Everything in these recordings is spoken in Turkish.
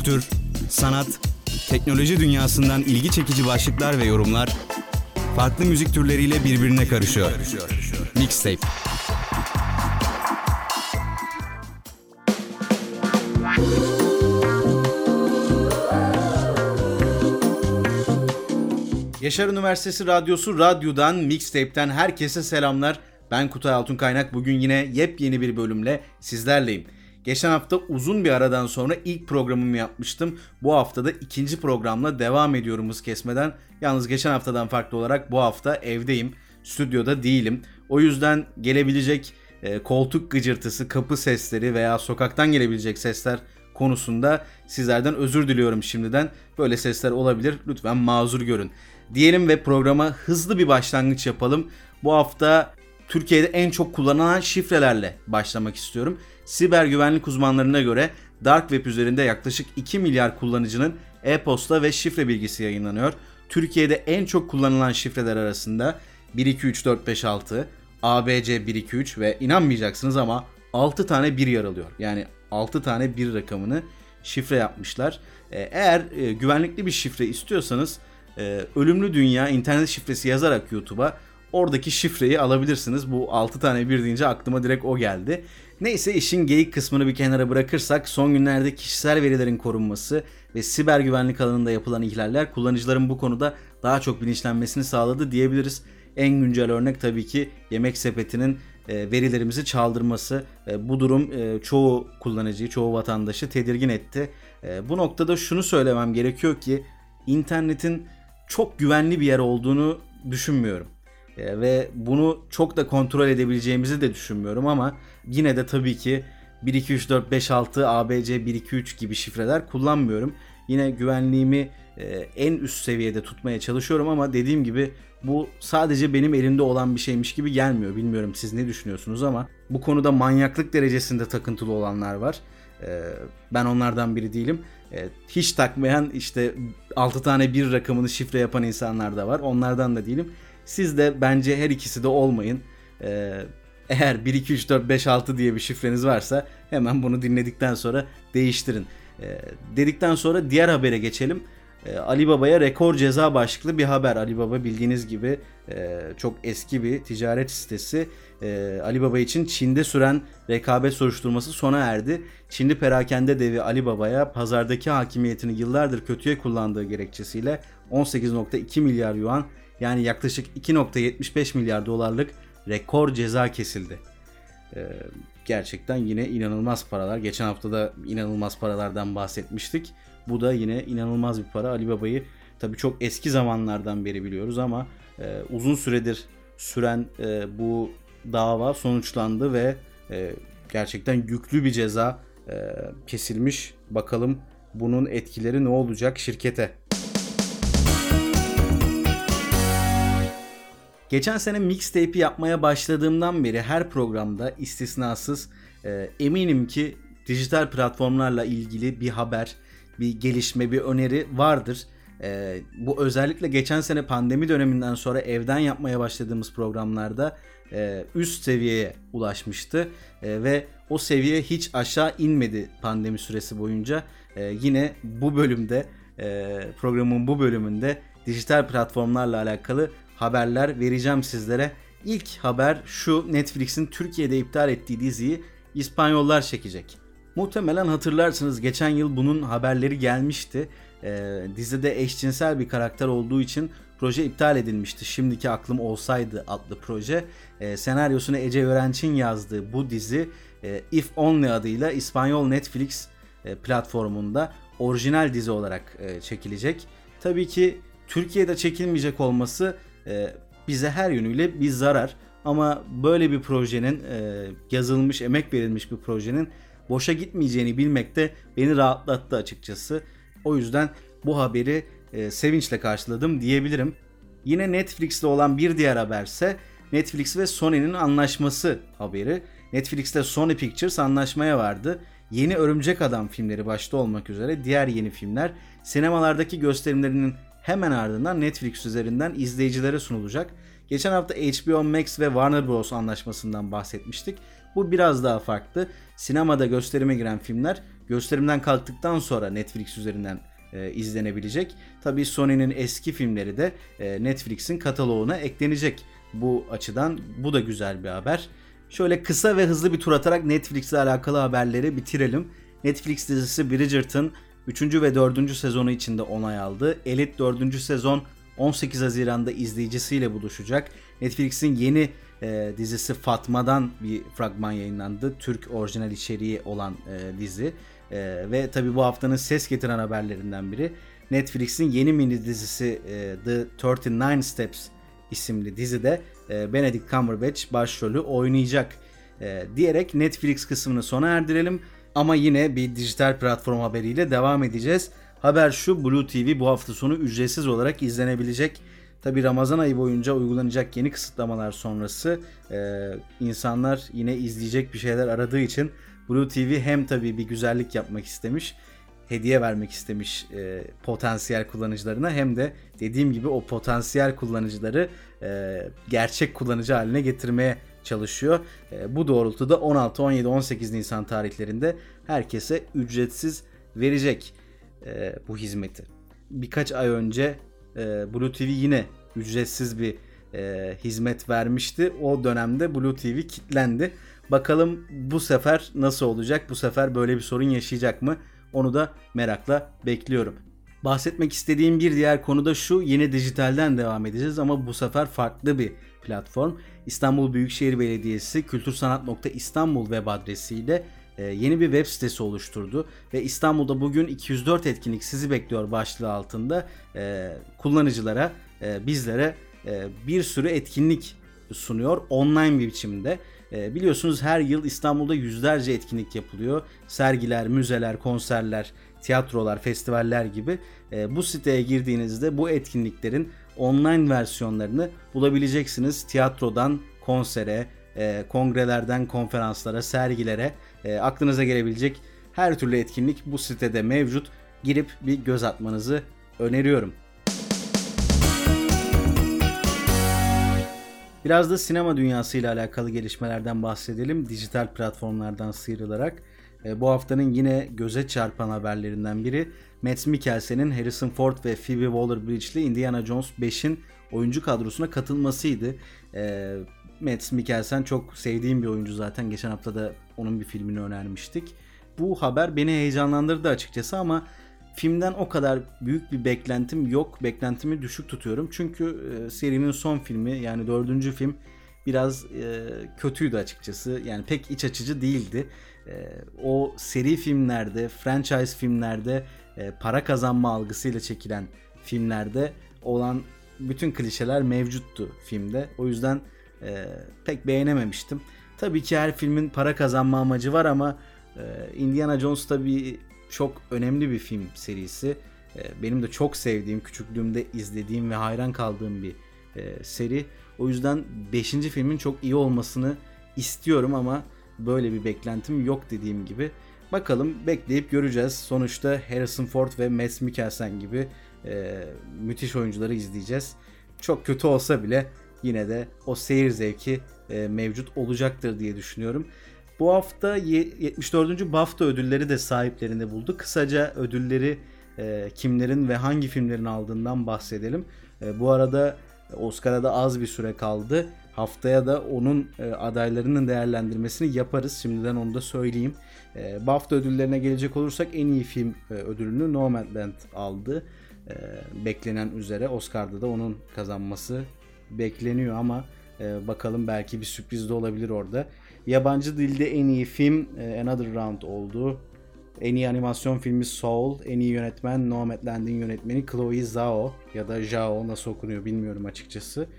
Kültür, sanat, teknoloji dünyasından ilgi çekici başlıklar ve yorumlar farklı müzik türleriyle birbirine karışıyor. Mixtape. Yaşar Üniversitesi Radyosu Radyo'dan, Mixtape'ten herkese selamlar. Ben Kutay Altunkaynak. Bugün yine yepyeni bir bölümle sizlerleyim. Geçen hafta uzun bir aradan sonra ilk programımı yapmıştım. Bu hafta da ikinci programla devam ediyorum hız kesmeden. Yalnız geçen haftadan farklı olarak bu hafta evdeyim. Stüdyoda değilim. O yüzden gelebilecek koltuk gıcırtısı, kapı sesleri veya sokaktan gelebilecek sesler konusunda sizlerden özür diliyorum şimdiden. Böyle sesler olabilir. Lütfen mazur görün. Diyelim ve programa hızlı bir başlangıç yapalım. Bu hafta Türkiye'de en çok kullanılan şifrelerle başlamak istiyorum. Siber güvenlik uzmanlarına göre Dark Web üzerinde yaklaşık 2 milyar kullanıcının e-posta ve şifre bilgisi yayınlanıyor. Türkiye'de en çok kullanılan şifreler arasında 123456, ABC 123 ve inanmayacaksınız ama 6 tane 1 yer alıyor. Yani 6 tane 1 rakamını şifre yapmışlar. Eğer güvenlikli bir şifre istiyorsanız Ölümlü Dünya internet şifresi yazarak YouTube'a oradaki şifreyi alabilirsiniz. Bu 6 tane 1 deyince aklıma direkt o geldi. Neyse, işin geyik kısmını bir kenara bırakırsak son günlerde kişisel verilerin korunması ve siber güvenlik alanında yapılan ihlaller kullanıcıların bu konuda daha çok bilinçlenmesini sağladı diyebiliriz. En güncel örnek tabii ki Yemek Sepeti'nin verilerimizi çaldırması. Bu durum çoğu kullanıcıyı, çoğu vatandaşı tedirgin etti. Bu noktada şunu söylemem gerekiyor ki internetin çok güvenli bir yer olduğunu düşünmüyorum. Ve bunu çok da kontrol edebileceğimizi de düşünmüyorum ama yine de tabii ki 1, 2, 3, 4, 5, 6, ABC 1, 2, 3 gibi şifreler kullanmıyorum. Yine güvenliğimi en üst seviyede tutmaya çalışıyorum ama dediğim gibi bu sadece benim elimde olan bir şeymiş gibi gelmiyor. Bilmiyorum siz ne düşünüyorsunuz ama bu konuda manyaklık derecesinde takıntılı olanlar var. Ben onlardan biri değilim. Hiç takmayan, işte 6 tane 1 rakamını şifre yapan insanlar da var. Onlardan da değilim. Siz de bence her ikisi de olmayın. Eğer 1, 2, 3, 4, 5, 6 diye bir şifreniz varsa hemen bunu dinledikten sonra değiştirin. Dedikten sonra diğer habere geçelim. Ali Baba'ya rekor ceza başlıklı bir haber. Ali Baba bildiğiniz gibi çok eski bir ticaret sitesi. Ali Baba için Çin'de süren rekabet soruşturması sona erdi. Çinli perakende devi Ali Baba'ya pazardaki hakimiyetini yıllardır kötüye kullandığı gerekçesiyle 18.2 milyar yuan, yani yaklaşık 2.75 milyar dolarlık rekor ceza kesildi. Gerçekten yine inanılmaz paralar. Geçen hafta da inanılmaz paralardan bahsetmiştik. Bu da yine inanılmaz bir para. Ali Baba'yı tabii çok eski zamanlardan beri biliyoruz ama uzun süredir süren bu dava sonuçlandı ve gerçekten yüklü bir ceza kesilmiş. Bakalım bunun etkileri ne olacak şirkete? Geçen sene Mixtape'i yapmaya başladığımdan beri her programda istisnasız eminim ki dijital platformlarla ilgili bir haber, bir gelişme, bir öneri vardır. Bu özellikle geçen sene pandemi döneminden sonra evden yapmaya başladığımız programlarda üst seviyeye ulaşmıştı. Ve o seviye hiç aşağı inmedi pandemi süresi boyunca. Yine bu bölümde, programın bu bölümünde dijital platformlarla alakalı haberler vereceğim sizlere. İlk haber şu: Netflix'in Türkiye'de iptal ettiği diziyi İspanyollar çekecek. Muhtemelen hatırlarsınız, geçen yıl bunun haberleri gelmişti. Dizide eşcinsel bir karakter olduğu için proje iptal edilmişti. Şimdiki Aklım Olsaydı adlı proje. Senaryosunu Ece Örenç'in yazdığı bu dizi If Only adıyla İspanyol Netflix platformunda orijinal dizi olarak çekilecek. Tabii ki Türkiye'de çekilmeyecek olması bize her yönüyle bir zarar. Ama böyle bir projenin, yazılmış, emek verilmiş bir projenin boşa gitmeyeceğini bilmek de beni rahatlattı açıkçası. O yüzden bu haberi sevinçle karşıladım diyebilirim. Yine Netflix'le olan bir diğer haberse Netflix ve Sony'nin anlaşması haberi. Netflix ile Sony Pictures anlaşmaya vardı. Yeni Örümcek Adam filmleri başta olmak üzere diğer yeni filmler sinemalardaki gösterimlerinin hemen ardından Netflix üzerinden izleyicilere sunulacak. Geçen hafta HBO Max ve Warner Bros. Anlaşmasından bahsetmiştik. Bu biraz daha farklı. Sinemada gösterime giren filmler gösterimden kalktıktan sonra Netflix üzerinden izlenebilecek. Tabii Sony'nin eski filmleri de Netflix'in kataloğuna eklenecek. Bu açıdan bu da güzel bir haber. Şöyle kısa ve hızlı bir tur atarak Netflix ile alakalı haberleri bitirelim. Netflix dizisi Bridgerton 3. ve 4. sezonu içinde onay aldı. Elite 4. sezon 18 Haziran'da izleyicisiyle buluşacak. Netflix'in yeni dizisi Fatma'dan bir fragman yayınlandı. Türk orijinal içeriği olan dizi. Ve tabii bu haftanın ses getiren haberlerinden biri. Netflix'in yeni mini dizisi The 39 Steps isimli dizide Benedict Cumberbatch başrolü oynayacak diyerek Netflix kısmını sona erdirelim. Ama yine bir dijital platform haberiyle devam edeceğiz. Haber şu: Blue TV bu hafta sonu ücretsiz olarak izlenebilecek. Tabi Ramazan ayı boyunca uygulanacak yeni kısıtlamalar sonrası insanlar yine izleyecek bir şeyler aradığı için Blue TV hem tabi bir güzellik yapmak istemiş, hediye vermek istemiş potansiyel kullanıcılarına, hem de dediğim gibi o potansiyel kullanıcıları gerçek kullanıcı haline getirmeye çalışıyor. Bu doğrultuda 16, 17, 18 Nisan tarihlerinde herkese ücretsiz verecek bu hizmeti. Birkaç ay önce Blue TV yine ücretsiz bir hizmet vermişti. O dönemde Blue TV kilitlendi. Bakalım bu sefer nasıl olacak? Bu sefer böyle bir sorun yaşayacak mı? Onu da merakla bekliyorum. Bahsetmek istediğim bir diğer konu da şu: yine dijitalden devam edeceğiz ama bu sefer farklı bir platform. İstanbul Büyükşehir Belediyesi kültürsanat.istanbul web adresiyle yeni bir web sitesi oluşturdu ve İstanbul'da bugün 204 etkinlik sizi bekliyor başlığı altında kullanıcılara, bizlere bir sürü etkinlik sunuyor online bir biçimde. Biliyorsunuz her yıl İstanbul'da yüzlerce etkinlik yapılıyor. Sergiler, müzeler, konserler, tiyatrolar, festivaller gibi. Bu siteye girdiğinizde bu etkinliklerin online versiyonlarını bulabileceksiniz. Tiyatrodan konsere, kongrelerden konferanslara, sergilere, aklınıza gelebilecek her türlü etkinlik bu sitede mevcut. Girip bir göz atmanızı öneriyorum. Biraz da sinema dünyasıyla alakalı gelişmelerden bahsedelim. Dijital platformlardan sıyrılarak. Bu haftanın yine göze çarpan haberlerinden biri Mads Mikkelsen'in Harrison Ford ve Phoebe Waller-Bridge'li Indiana Jones 5'in oyuncu kadrosuna katılmasıydı. Mads Mikkelsen çok sevdiğim bir oyuncu zaten. Geçen hafta da onun bir filmini önermiştik. Bu haber beni heyecanlandırdı açıkçası ama filmden o kadar büyük bir beklentim yok. Beklentimi düşük tutuyorum. Çünkü serinin son filmi, yani 4. film biraz kötüydü açıkçası. Yani pek iç açıcı değildi. O seri filmlerde, franchise filmlerde, para kazanma algısıyla çekilen filmlerde olan bütün klişeler mevcuttu filmde. O yüzden pek beğenememiştim. Tabii ki her filmin para kazanma amacı var ama Indiana Jones tabii çok önemli bir film serisi. Benim de çok sevdiğim, küçüklüğümde izlediğim ve hayran kaldığım bir seri. O yüzden 5. filmin çok iyi olmasını istiyorum ama böyle bir beklentim yok dediğim gibi. Bakalım, bekleyip göreceğiz. Sonuçta Harrison Ford ve Mads Mikkelsen gibi müthiş oyuncuları izleyeceğiz. Çok kötü olsa bile yine de o seyir zevki mevcut olacaktır diye düşünüyorum. Bu hafta 74. BAFTA ödülleri de sahiplerini buldu. Kısaca ödülleri kimlerin ve hangi filmlerin aldığından bahsedelim. Bu arada Oscar'a da az bir süre kaldı. Haftaya da onun adaylarının değerlendirmesini yaparız. Şimdiden onu da söyleyeyim. BAFTA ödüllerine gelecek olursak en iyi film ödülünü Nomadland aldı. Beklenen üzere Oscar'da da onun kazanması bekleniyor ama bakalım, belki bir sürpriz de olabilir orada. Yabancı dilde en iyi film Another Round oldu. En iyi animasyon filmi Soul. En iyi yönetmen Nomadland'in yönetmeni Chloe Zhao ya da Zhao, nasıl okunuyor bilmiyorum açıkçası.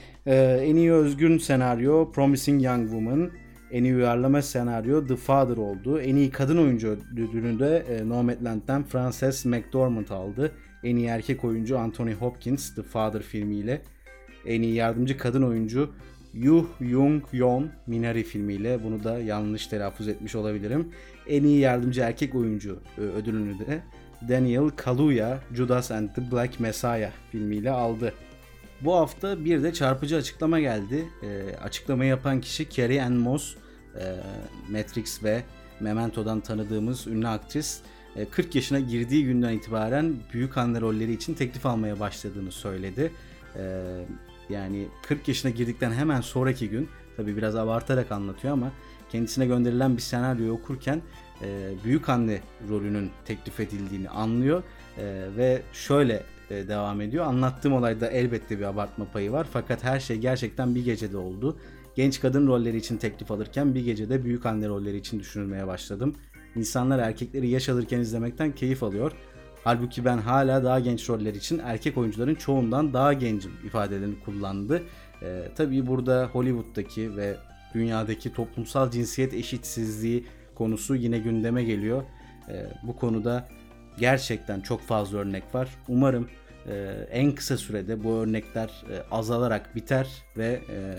En iyi özgün senaryo Promising Young Woman. En iyi uyarlama senaryo The Father oldu. En iyi kadın oyuncu ödülünü de Nomadland'den Frances McDormand aldı. En iyi erkek oyuncu Anthony Hopkins The Father filmiyle. En iyi yardımcı kadın oyuncu Yoo Jung-yeon Minari filmiyle. Bunu da yanlış telaffuz etmiş olabilirim. En iyi yardımcı erkek oyuncu ödülünü de Daniel Kaluuya Judas and the Black Messiah filmiyle aldı. Bu hafta bir de çarpıcı açıklama geldi. Açıklamayı yapan kişi Carrie-Anne Moss, Matrix ve Memento'dan tanıdığımız ünlü aktris. 40 yaşına girdiği günden itibaren büyük anne rolleri için teklif almaya başladığını söyledi. Yani 40 yaşına girdikten hemen sonraki gün, tabii biraz abartarak anlatıyor ama kendisine gönderilen bir senaryoyu okurken büyük anne rolünün teklif edildiğini anlıyor ve şöyle devam ediyor. Anlattığım olayda elbette bir abartma payı var fakat her şey gerçekten bir gecede oldu. Genç kadın rolleri için teklif alırken bir gecede büyük anne rolleri için düşünülmeye başladım. İnsanlar erkekleri yaş alırken izlemekten keyif alıyor. Halbuki ben hala daha genç roller için erkek oyuncuların çoğundan daha gencim ifadelerini kullandı. Tabii burada Hollywood'daki ve dünyadaki toplumsal cinsiyet eşitsizliği konusu yine gündeme geliyor. Bu konuda gerçekten çok fazla örnek var. Umarım en kısa sürede bu örnekler azalarak biter ve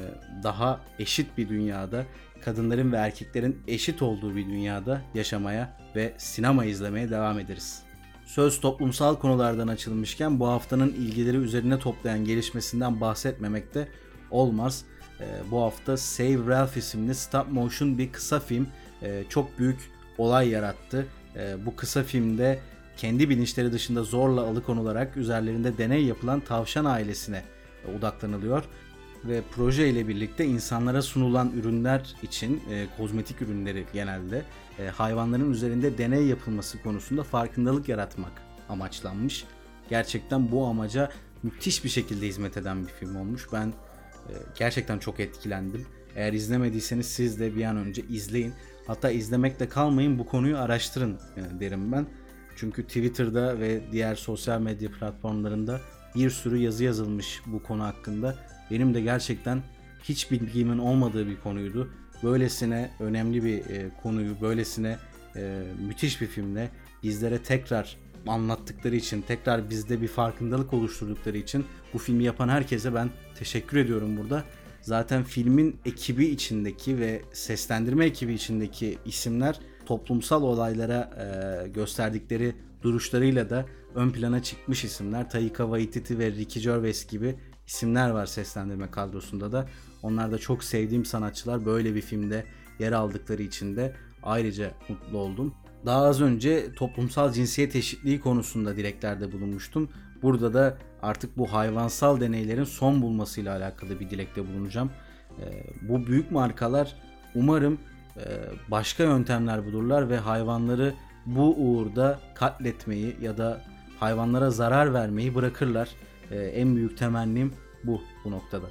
daha eşit bir dünyada, kadınların ve erkeklerin eşit olduğu bir dünyada yaşamaya ve sinema izlemeye devam ederiz. Söz toplumsal konulardan açılmışken bu haftanın ilgileri üzerine toplayan gelişmesinden bahsetmemekte olmaz. Bu hafta Save Ralph isimli stop motion bir kısa film çok büyük olay yarattı. Bu kısa filmde kendi bilinçleri dışında zorla alıkonularak üzerlerinde deney yapılan tavşan ailesine odaklanılıyor. Ve proje ile birlikte insanlara sunulan ürünler için, kozmetik ürünleri genelde, hayvanların üzerinde deney yapılması konusunda farkındalık yaratmak amaçlanmış. Gerçekten bu amaca müthiş bir şekilde hizmet eden bir film olmuş. Ben gerçekten çok etkilendim. Eğer izlemediyseniz siz de bir an önce izleyin. Hatta izlemekle kalmayın, bu konuyu araştırın derim ben. Çünkü Twitter'da ve diğer sosyal medya platformlarında bir sürü yazı yazılmış bu konu hakkında. Benim de gerçekten hiç bilgimin olmadığı bir konuydu. Böylesine önemli bir konuyu, böylesine müthiş bir filmle bizlere tekrar anlattıkları için, tekrar bizde bir farkındalık oluşturdukları için bu filmi yapan herkese ben teşekkür ediyorum burada. Zaten filmin ekibi içindeki ve seslendirme ekibi içindeki isimler toplumsal olaylara gösterdikleri duruşlarıyla da ön plana çıkmış isimler. Taika Waititi ve Ricky Gervais gibi isimler var seslendirme kadrosunda da. Onlar da çok sevdiğim sanatçılar. Böyle bir filmde yer aldıkları için de ayrıca mutlu oldum. Daha az önce toplumsal cinsiyet eşitliği konusunda dileklerde bulunmuştum. Burada da artık bu hayvansal deneylerin son bulmasıyla alakalı bir dilekte bulunacağım. Bu büyük markalar umarım başka yöntemler bulurlar ve hayvanları bu uğurda katletmeyi ya da hayvanlara zarar vermeyi bırakırlar. En büyük temennim bu noktada.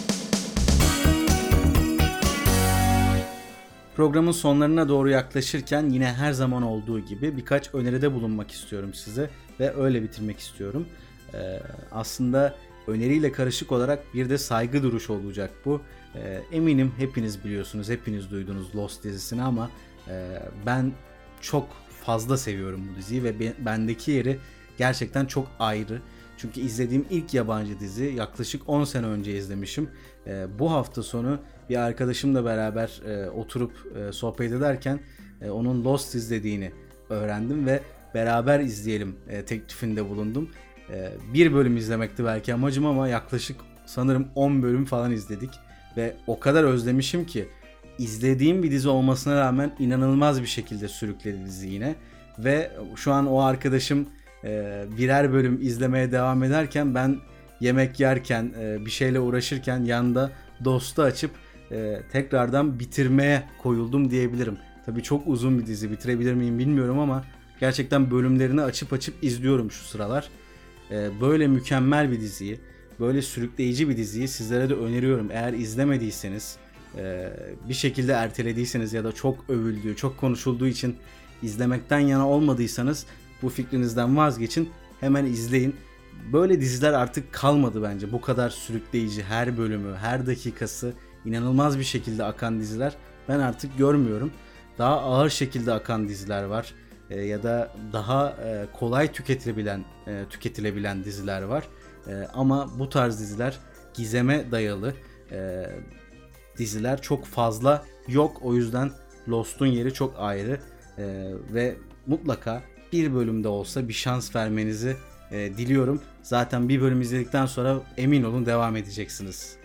Programın sonlarına doğru yaklaşırken yine her zaman olduğu gibi birkaç öneride bulunmak istiyorum size ve öyle bitirmek istiyorum. Aslında öneriyle karışık olarak bir de saygı duruşu olacak bu. Eminim hepiniz biliyorsunuz, hepiniz duydunuz Lost dizisini ama ben çok fazla seviyorum bu diziyi ve bendeki yeri gerçekten çok ayrı. Çünkü izlediğim ilk yabancı dizi yaklaşık 10 sene önce izlemişim. Bu hafta sonu bir arkadaşımla beraber oturup sohbet ederken onun Lost izlediğini öğrendim ve beraber izleyelim teklifinde bulundum. Bir bölüm izlemekti belki amacım ama yaklaşık sanırım 10 bölüm falan izledik. Ve o kadar özlemişim ki izlediğim bir dizi olmasına rağmen inanılmaz bir şekilde sürükledi dizi yine. Ve şu an o arkadaşım birer bölüm izlemeye devam ederken ben yemek yerken bir şeyle uğraşırken yanında Dost'u açıp tekrardan bitirmeye koyuldum diyebilirim. Tabii çok uzun bir dizi, bitirebilir miyim bilmiyorum ama gerçekten bölümlerini açıp izliyorum şu sıralar. Böyle mükemmel bir diziyi, böyle sürükleyici bir diziyi sizlere de öneriyorum. Eğer izlemediyseniz, bir şekilde ertelediyseniz ya da çok övüldüğü, çok konuşulduğu için izlemekten yana olmadıysanız bu fikrinizden vazgeçin, hemen izleyin. Böyle diziler artık kalmadı bence. Bu kadar sürükleyici, her bölümü, her dakikası inanılmaz bir şekilde akan diziler ben artık görmüyorum. Daha ağır şekilde akan diziler var ya da daha kolay tüketilebilen diziler var. Ama bu tarz diziler, gizeme dayalı diziler çok fazla yok. O yüzden Lost'un yeri çok ayrı ve mutlaka bir bölümde olsa bir şans vermenizi diliyorum. Zaten bir bölüm izledikten sonra emin olun devam edeceksiniz.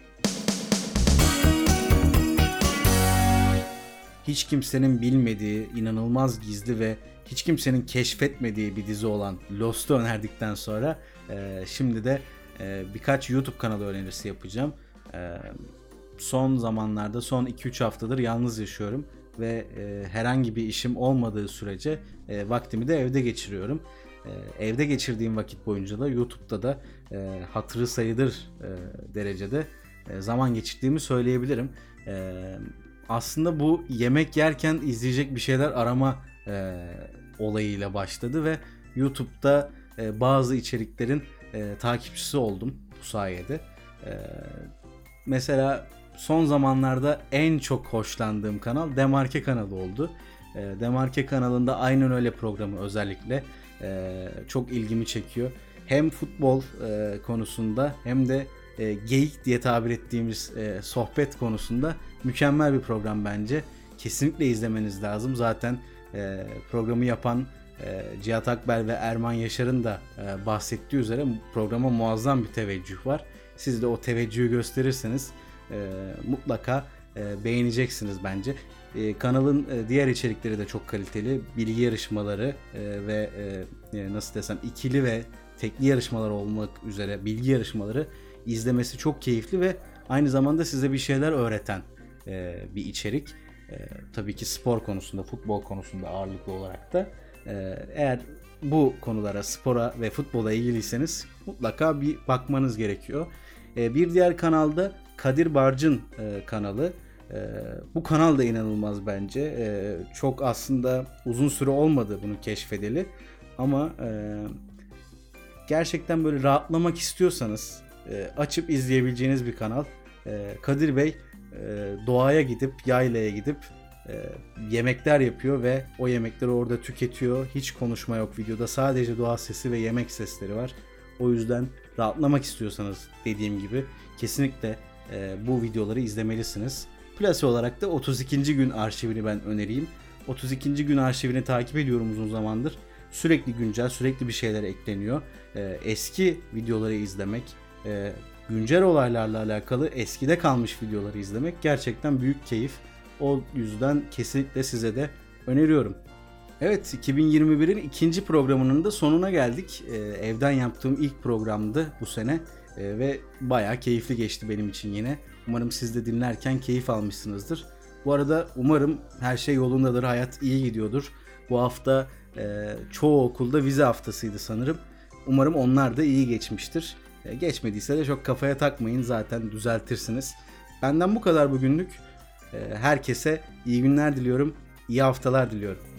Hiç kimsenin bilmediği, inanılmaz gizli ve hiç kimsenin keşfetmediği bir dizi olan Lost'u önerdikten sonra şimdi de birkaç YouTube kanalı önerisi yapacağım. Son zamanlarda, son 2-3 haftadır yalnız yaşıyorum ve herhangi bir işim olmadığı sürece vaktimi de evde geçiriyorum. Evde geçirdiğim vakit boyunca da YouTube'da da hatırı sayılır derecede zaman geçirdiğimi söyleyebilirim. Aslında bu yemek yerken izleyecek bir şeyler arama olayıyla başladı ve YouTube'da bazı içeriklerin takipçisi oldum bu sayede. Mesela son zamanlarda en çok hoşlandığım kanal Demarke kanalı oldu. Demarke kanalında aynen öyle programı özellikle çok ilgimi çekiyor. Hem futbol konusunda hem de geyik diye tabir ettiğimiz sohbet konusunda mükemmel bir program bence. Kesinlikle izlemeniz lazım. Zaten programı yapan Cihat Akbel ve Erman Yaşar'ın da bahsettiği üzere programa muazzam bir teveccüh var. Siz de o teveccühü gösterirseniz mutlaka beğeneceksiniz bence. Kanalın diğer içerikleri de çok kaliteli. Bilgi yarışmaları ve nasıl desem ikili ve tekli yarışmalar olmak üzere bilgi yarışmaları izlemesi çok keyifli ve aynı zamanda size bir şeyler öğreten bir içerik. Tabii ki spor konusunda, futbol konusunda ağırlıklı olarak da. Eğer bu konulara, spora ve futbola ilgiliyseniz mutlaka bir bakmanız gerekiyor. Bir diğer kanalda Kadir Barcın kanalı. Bu kanal da inanılmaz bence. Çok aslında uzun süre olmadı bunu keşfedeli. Ama gerçekten böyle rahatlamak istiyorsanız açıp izleyebileceğiniz bir kanal. Kadir Bey doğaya gidip, yaylaya gidip yemekler yapıyor ve o yemekleri orada tüketiyor. Hiç konuşma yok videoda. Sadece doğa sesi ve yemek sesleri var. O yüzden rahatlamak istiyorsanız dediğim gibi kesinlikle bu videoları izlemelisiniz. Plus olarak da 32. gün arşivini ben önereyim. 32. gün arşivini takip ediyorum uzun zamandır. Sürekli güncel, sürekli bir şeyler ekleniyor. Eski videoları izlemek, güncel olaylarla alakalı eskide kalmış videoları izlemek gerçekten büyük keyif. O yüzden kesinlikle size de öneriyorum. Evet, 2021'in ikinci programının da sonuna geldik. Evden yaptığım ilk programdı bu sene ve bayağı keyifli geçti benim için yine. Umarım siz de dinlerken keyif almışsınızdır. Bu arada umarım her şey yolundadır, hayat iyi gidiyordur. Bu hafta çoğu okulda vize haftasıydı sanırım. Umarım onlar da iyi geçmiştir. Geçmediyse de çok kafaya takmayın, zaten düzeltirsiniz. Benden bu kadar bugünlük. Herkese iyi günler diliyorum, iyi haftalar diliyorum.